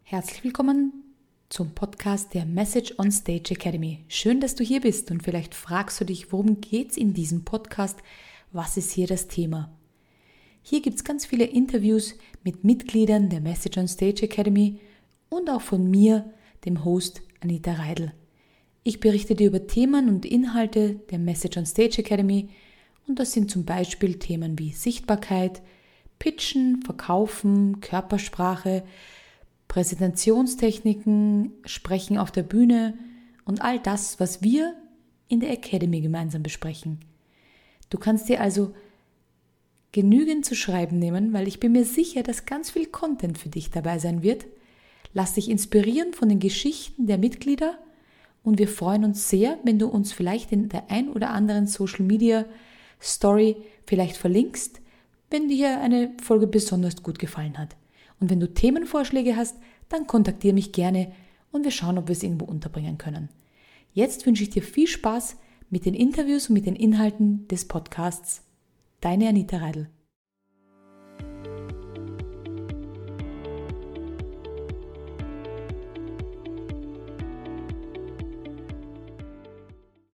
Herzlich willkommen zum Podcast der Message on Stage Academy. Schön, dass du hier bist und vielleicht fragst du dich, worum geht es in diesem Podcast? Was ist hier das Thema? Hier gibt es ganz viele Interviews mit Mitgliedern der Message on Stage Academy und auch von mir, dem Host Anita Reidl. Ich berichte dir über Themen und Inhalte der Message on Stage Academy und das sind zum Beispiel Themen wie Sichtbarkeit, Pitchen, Verkaufen, Körpersprache, Präsentationstechniken, Sprechen auf der Bühne und all das, was wir in der Academy gemeinsam besprechen. Du kannst dir also genügend zu schreiben nehmen, weil ich bin mir sicher, dass ganz viel Content für dich dabei sein wird. Lass dich inspirieren von den Geschichten der Mitglieder und wir freuen uns sehr, wenn du uns vielleicht in der ein oder anderen Social Media Story vielleicht verlinkst, wenn dir eine Folge besonders gut gefallen hat. Und wenn du Themenvorschläge hast, dann kontaktiere mich gerne und wir schauen, ob wir es irgendwo unterbringen können. Jetzt wünsche ich dir viel Spaß mit den Interviews und mit den Inhalten des Podcasts. Deine Anita Reidl.